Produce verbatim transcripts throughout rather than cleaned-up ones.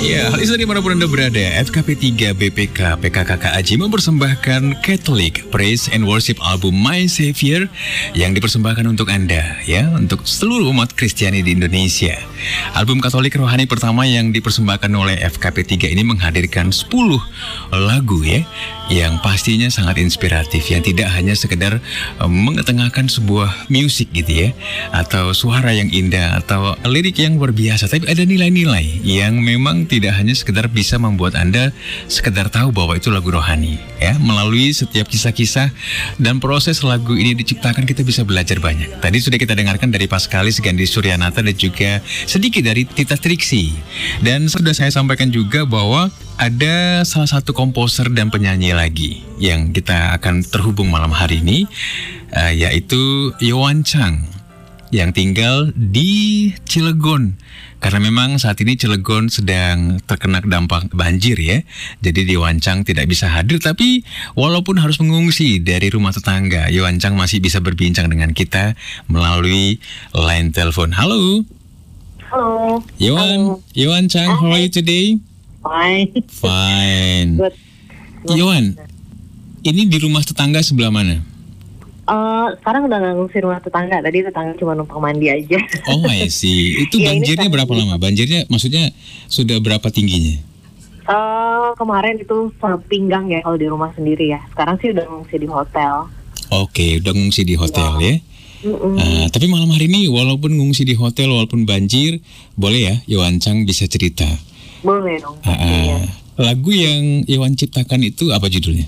Ya, hal itu dimanapun Anda berada, F K P tiga B P K P K K K A J mempersembahkan Catholic Praise and Worship album My Savior yang dipersembahkan untuk Anda, ya, untuk seluruh umat Kristiani di Indonesia. Album Katolik rohani pertama yang dipersembahkan oleh F K P tiga ini menghadirkan sepuluh lagu, ya, yang pastinya sangat inspiratif, yang tidak hanya sekedar um, mengetengahkan sebuah musik gitu ya, atau suara yang indah, atau lirik yang luar biasa, tapi ada nilai-nilai yang memang tidak hanya sekedar bisa membuat Anda sekedar tahu bahwa itu lagu rohani, ya. Melalui setiap kisah-kisah dan proses lagu ini diciptakan, kita bisa belajar banyak. Tadi sudah kita dengarkan dari Paskalis Gandhi Suryanata dan juga sedikit dari Tita Triksi. Dan sudah saya sampaikan juga bahwa ada salah satu komposer dan penyanyi lagi yang kita akan terhubung malam hari ini, uh, yaitu Yohan Chang yang tinggal di Cilegon. Karena memang saat ini Cilegon sedang terkena dampak banjir, ya. Jadi Yohan Chang tidak bisa hadir, tapi walaupun harus mengungsi dari rumah tetangga, Yohan Chang masih bisa berbincang dengan kita melalui line telepon. Halo. Halo. Yohan, Yohan Chang, how are you today? Fine. Fine. Good. Yohan, ini di rumah tetangga sebelah mana? Uh, sekarang udah nggak ngungsi rumah tetangga. Tadi tetangga cuma numpang mandi aja. Oh, I see. Itu Ya, ini banjirnya berapa sekarang- lama? Banjirnya maksudnya sudah berapa tingginya? Uh, kemarin itu sepinggang ya kalau di rumah sendiri ya. Sekarang sih udah ngungsi di hotel. Oke, udah ngungsi di hotel, ya. Mm-mm. Ah, tapi malam hari ini walaupun ngungsi di hotel, walaupun banjir, boleh ya Yohan Chang bisa cerita. Boleh dong. Ah, pastinya. ah. Lagu yang Yohan ciptakan itu apa judulnya?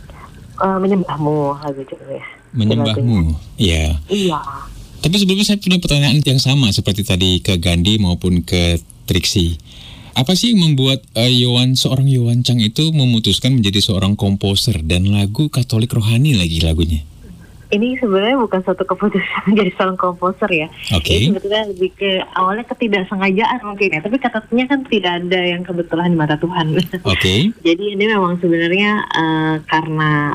Uh, menyembahmu lagu judulnya. Menyembahmu. Ya. Iya. Tapi sebelumnya saya punya pertanyaan yang sama seperti tadi ke Gandhi maupun ke Triksi. Apa sih yang membuat uh, Yohan, seorang Yohan Chang itu memutuskan menjadi seorang komposer dan lagu Katolik rohani lagi lagunya? Ini sebenarnya bukan suatu keputusan menjadi seorang komposer ya. Oke. Ini sebetulnya lebih ke awalnya ketidaksengajaan mungkin ya. Tapi katanya kan tidak ada yang kebetulan di mata Tuhan. Oke. Jadi ini memang sebenarnya uh, karena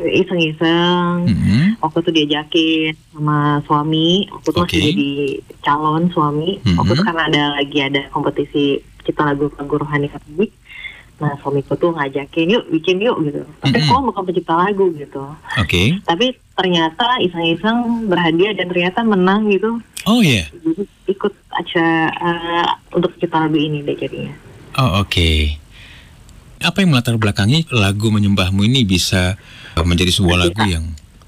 iseng-iseng. Mhm. Waktu itu diajakin sama suami. Waktu itu masih Oke. jadi calon suami. Mhm. Waktu itu karena ada lagi ada kompetisi cipta lagu-lagu rohani Katolik. Nah suamiku tuh ngajakin yuk bikin yuk gitu. Tapi Mhm. kok bukan pencipta lagu gitu. Oke. Tapi ternyata iseng-iseng berhadiah dan ternyata menang gitu. Oh ya. Jadi ikut acara uh, untuk cipta lagu ini deh jadinya. Oh, oke. Apa yang melatar belakangi lagu Menyembahmu ini bisa uh, menjadi sebuah lagu yang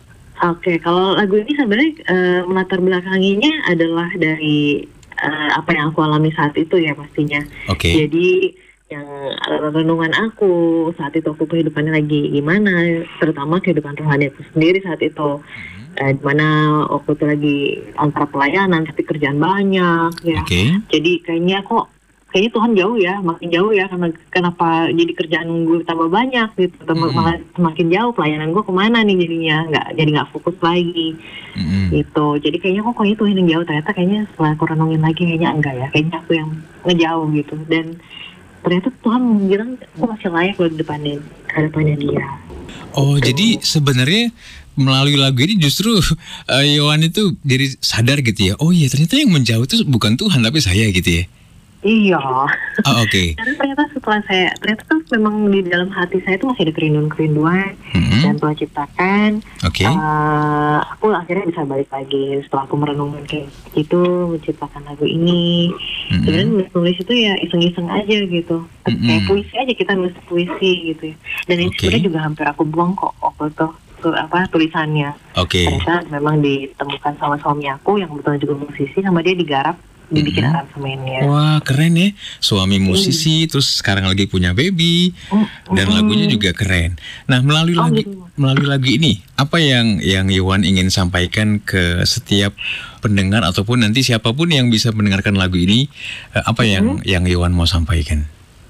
Oke, kalau lagu ini sebenarnya uh, melatar belakanginya adalah dari uh, apa yang aku alami saat itu ya pastinya. oke. Jadi yang uh, renungan aku saat itu, aku kehidupannya lagi gimana, terutama kehidupan rohani aku sendiri saat itu. Uh, dimana waktu itu lagi antara pelayanan tapi kerjaan banyak ya. Oke. Jadi kayaknya kok kayaknya Tuhan jauh ya, makin jauh ya, karena kenapa jadi kerjaan gue tambah banyak gitu, tambah Mm-mm. malah semakin jauh pelayanan gue kemana nih jadinya, nggak jadi nggak fokus lagi Mm-mm. gitu. Jadi kayaknya kok kayaknya Tuhan yang jauh, ternyata kayaknya setelah aku renungin lagi kayaknya enggak ya, kayaknya aku yang ngejauh gitu. Dan ternyata Tuhan bilang aku masih layak loh di depannya, hadapannya Dia. Oh, jadi sebenarnya melalui lagu ini justru uh, Yohan itu jadi sadar gitu ya. Oh iya, ternyata yang menjauh itu bukan Tuhan tapi saya gitu ya. Iya. Oh, oke. Karena ternyata setelah saya, ternyata tuh memang di dalam hati saya itu masih ada kerinduan-kerinduan Mhm. dan Tuhan ciptakan. Oke. Uh, aku akhirnya bisa balik lagi setelah aku merenungkan kayak gitu, menciptakan lagu ini. Mhm. Sebenarnya nulis-nulis itu ya iseng-iseng aja gitu, Mhm. kayak puisi aja, kita nulis puisi gitu ya. Dan ini Oke. sebenarnya juga hampir aku buang kok waktu itu tu- apa tulisannya. Oke. Ternyata memang ditemukan sama suami aku yang kebetulan juga musisi, sama dia digarap, dibikin Mhm. aransemennya. Wah, keren ya. Suami musisi, terus sekarang lagi punya baby, dan Mm-mm. lagunya juga keren. Nah, melalui Oh, lagu gitu. melalui lagu ini, apa yang yang Yohan ingin sampaikan ke setiap pendengar ataupun nanti siapapun yang bisa mendengarkan lagu ini, eh, apa yang yang Yohan mau sampaikan?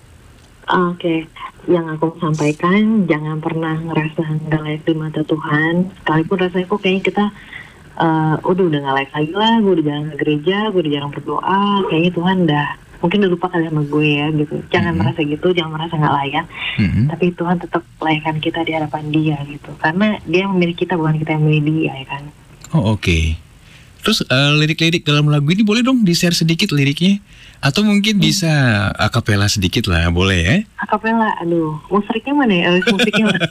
Oke, yang aku sampaikan, jangan pernah ngerasa nggak layak di mata Tuhan. Sekalipun rasanya kok kayaknya kita uh, udah udah nggak layak lagi lah, gue udah jarang ke gereja, gue udah jarang berdoa, kayaknya Tuhan udah mungkin udah lupa kali sama gue ya gitu. Jangan Mhm. merasa gitu, jangan merasa nggak layak. Mhm. Tapi Tuhan tetap layakkan kita di hadapan Dia gitu, karena Dia memilih kita, bukan kita yang memilih Dia ya kan. Oh, oke. Terus uh, lirik-lirik dalam lagu ini boleh dong di-share sedikit liriknya? Atau mungkin bisa akapela sedikit lah, boleh ya? Akapela, aduh, musiknya mana ya? Eh, musiknya mana?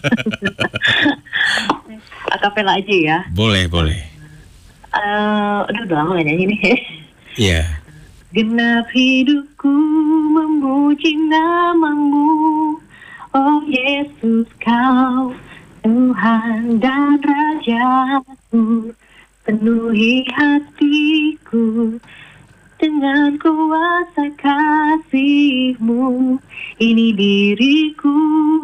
Akapela aja ya. Boleh, boleh. Uh, aduh, udah lama gak nyanyi nih. Iya. Yeah. Genap hidupku memuji namamu, oh Yesus kau Tuhan dan Rajaku. Penuhi hatiku dengan kuasa kasih-Mu, ini diriku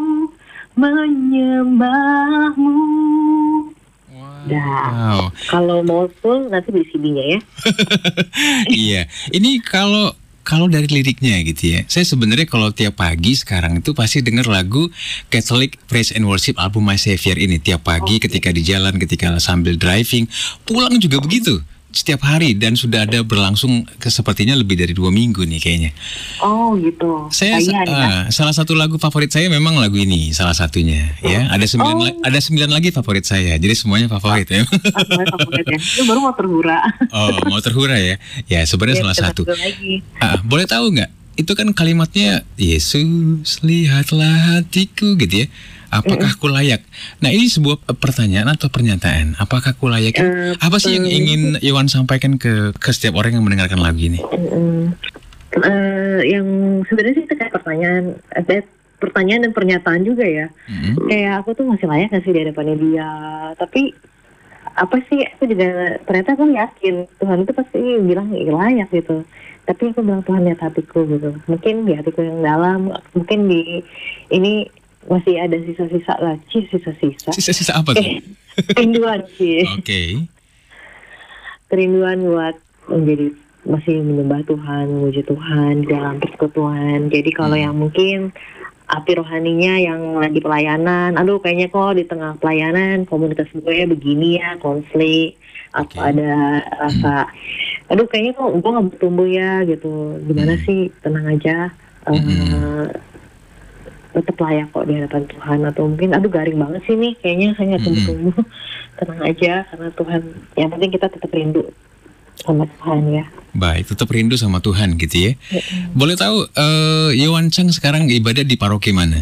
menyembah-Mu. Wow. Dah. Kalau mau full nanti beli C D-nya ya. Iya. Ini kalau kalau dari liriknya gitu ya. Saya sebenarnya kalau tiap pagi sekarang itu pasti dengar lagu Catholic Praise and Worship album My Savior ini tiap pagi, okay, ketika di jalan, ketika sambil driving, pulang juga begitu. Setiap hari, dan sudah ada berlangsung ke sepertinya lebih dari dua minggu nih kayaknya. Oh gitu. Saya Kayaknya, uh, ya? salah satu lagu favorit saya memang lagu ini salah satunya ya. Ada sembilan Oh. la- ada sembilan lagi favorit saya. Jadi semuanya favorit ya. Ah, favorit ya. Itu baru mau terhura. Oh, mau terhura ya? Ya sebenarnya Ya, salah kita satu. satu lagi. Ah, boleh tahu nggak? Itu kan kalimatnya Yesus lihatlah hatiku gitu ya. Apakah ku layak? Nah ini sebuah eh, pertanyaan atau pernyataan. Apakah ku layak? Eh, Apa sih yang eh, ingin Yohan sampaikan ke ke setiap orang yang mendengarkan lagu ini? Mm-mm. Eh, yang sebenarnya sih itu kayak pertanyaan, ada pertanyaan dan pernyataan juga ya. Mm-mm. Kayak aku tuh masih layak gak sih di hadapannya dia? Tapi apa sih? Aku juga ternyata aku yakin Tuhan itu pasti bilang "Ih, layak" gitu. Tapi aku bilang Tuhan lihat hatiku gitu. Mungkin di hatiku yang dalam, mungkin di ini masih ada sisa-sisa lah, Ci, sisa-sisa. Sisa-sisa apa tuh? Eh, kerinduan sih. Oke. Kerinduan buat menjadi masih menyembah Tuhan, memuji Tuhan dalam persekutuan. Jadi kalau Hmm. yang mungkin api rohaninya yang lagi pelayanan, aduh kayaknya kok di tengah pelayanan komunitas gue begini ya, konflik, Oke. apa ada rasa, aduh kayaknya kok gue nggak bertumbuh ya gitu. Gimana Hmm. sih, tenang aja. eh, Hmm. Tetap layak kok di hadapan Tuhan. Atau mungkin aduh garing banget sih nih, kayaknya saya nggak Hmm. tumbuh-tumbuh. Tenang aja, karena Tuhan, yang penting kita tetap rindu sama Tuhan ya. Baik, tetap rindu sama Tuhan gitu ya. Boleh tahu eh, Yohan Chang sekarang ibadah di paroki mana?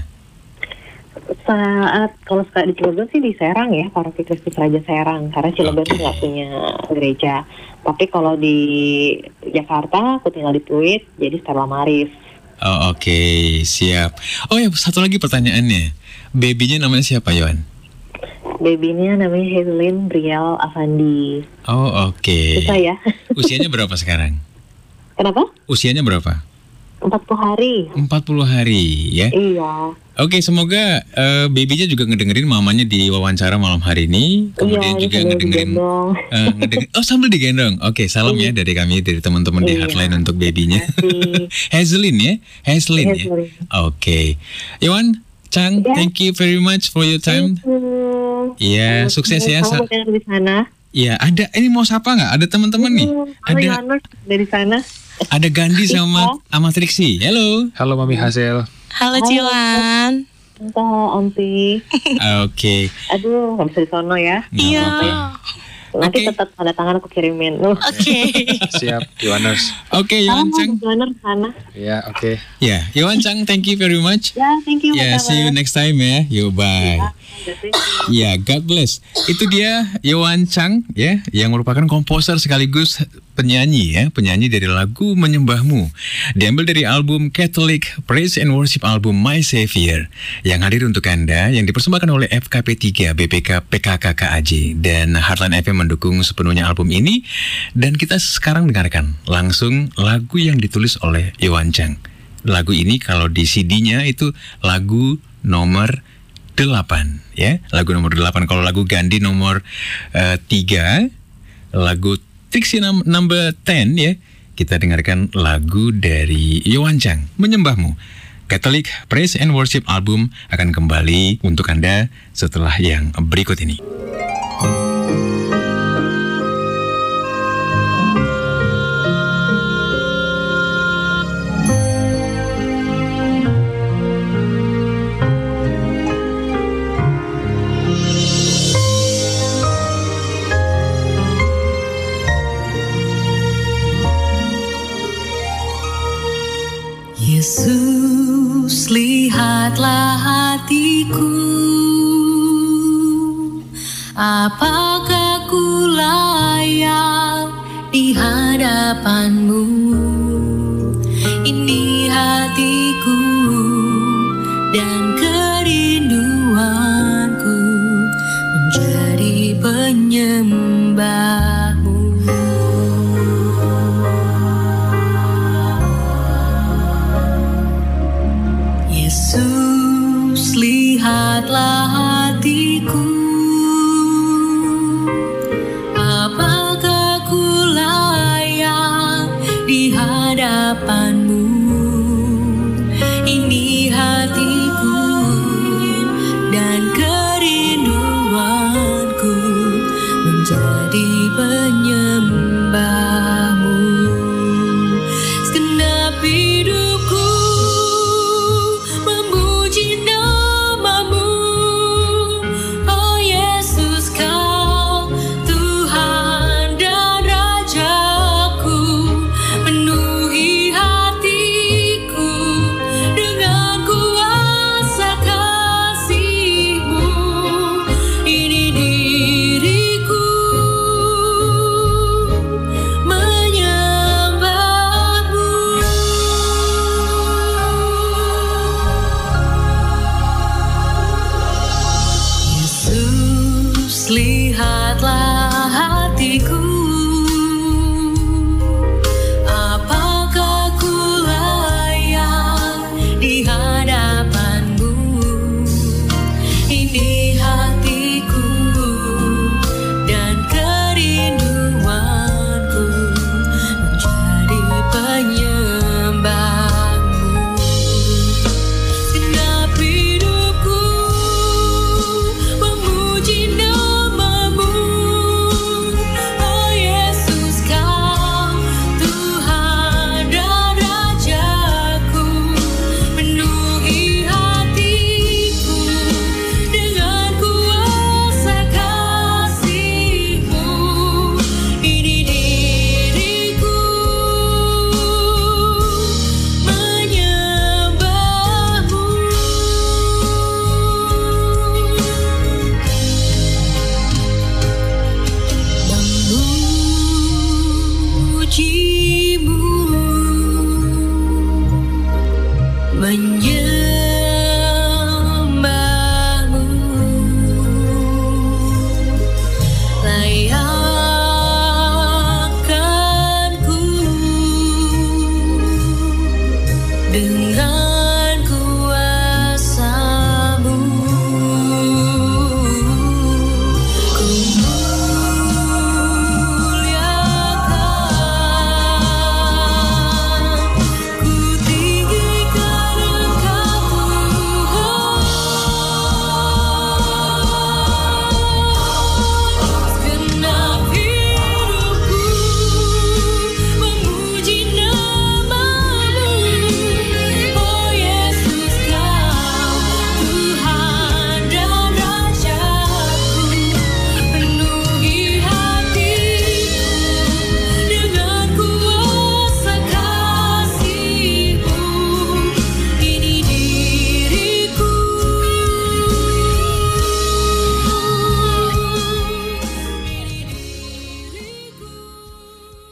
Saat kalau sekarang di Cilegon sih di Serang ya, Paroki Kristus Raja Serang, karena Cilegon Oke. tuh nggak punya gereja. Tapi kalau di Jakarta aku tinggal di Pluit, jadi Stella Maris. Oh, oke, siap. Oh ya, satu lagi pertanyaannya. Babynya namanya siapa, Yohan? Babynya namanya Hazelin Briel Avandi. Oh, oke. Susah ya. Usianya berapa sekarang? Kenapa? Usianya berapa? empat puluh hari. empat puluh hari ya. Iya. Oke, semoga eh, babynya juga ngedengerin mamanya di wawancara malam hari ini. Kemudian Iya, juga sambil ngedengerin digendong. eh, ngedeng- Oh, sambil digendong. Oke, salam ya dari kami, dari teman-teman di Iya. hotline untuk babynya. Terima Hazelin ya, Hazelin ya. Hazelin. Oke, Yohan Chang, Ya. thank you very much for your time. Iya, sukses ya. Sa- Kamu yang di sana. Iya, ada ini mau sapa nggak? Ada teman-teman nih. Hmm, Halo Ada Yohanes dari sana. ada Gandhi sama sama Trixie. Halo. Halo Mami Hazel. Halo Ciwan. Entah, Onti. Oke. Aduh, nggak bisa di sono ya. Nggak Iya. apa-apa. Nanti Oke. tetap tanda tangan aku kirimin. Loh. Oke. Siap, Yohaners. Oke, Salam Yohan Chang. Designer sana. Ya, oke. Ya, Yohan Chang, thank you very much. Ya, thank you. Ya, see you next time ya. Yo, bye. Ya, God bless. Itu dia Yohan Chang ya, yang merupakan komposer sekaligus penyanyi ya, penyanyi dari lagu Menyembahmu. Diambil dari album Catholic Praise and Worship album My Savior yang hadir untuk Anda, yang dipersembahkan oleh F K P tiga B P K P K K K A J dan Heartline F M mendukung sepenuhnya album ini. Dan kita sekarang dengarkan langsung lagu yang ditulis oleh Yohan Chang. Lagu ini kalau di C D-nya itu lagu nomor delapan ya, lagu nomor delapan. Kalau lagu Gandhi nomor uh, tiga, lagu Trixie num- number sepuluh ya. Kita dengarkan lagu dari Yohan Chang, Menyembahmu. Catholic Praise and Worship album akan kembali untuk Anda setelah yang berikut ini. Yesus, lihatlah hatiku. Apakah ku layak di hadapan-Mu? Ini hatiku dan kerinduanku menjadi penyembah-Mu. Yesus, lihatlah hatiku. Apakah ku layak di hadapan-Mu? Ini hatiku dan kerinduanku menjadi penyembah-Mu. Segenap hidupku memuji nama-Mu. Oh Yesus, Kau Tuhan dan Rajaku. Penuhi hatiku dengan kuasa kasih-Mu. Ini diriku menyembah-Mu. Yesus, lihatlah hatiku. Apakah ku layak di hadapan-Mu? Ini hatiku dan kerinduanku menjadi penyembah-Mu. Segenap hidupku memuji nama-Mu. Oh Yesus, Kau Tuhan dan Rajaku. Penuhi hatiku dengan kuasa kasih-Mu. Ini diriku menyembah-Mu. Memuji-Mu, menyembah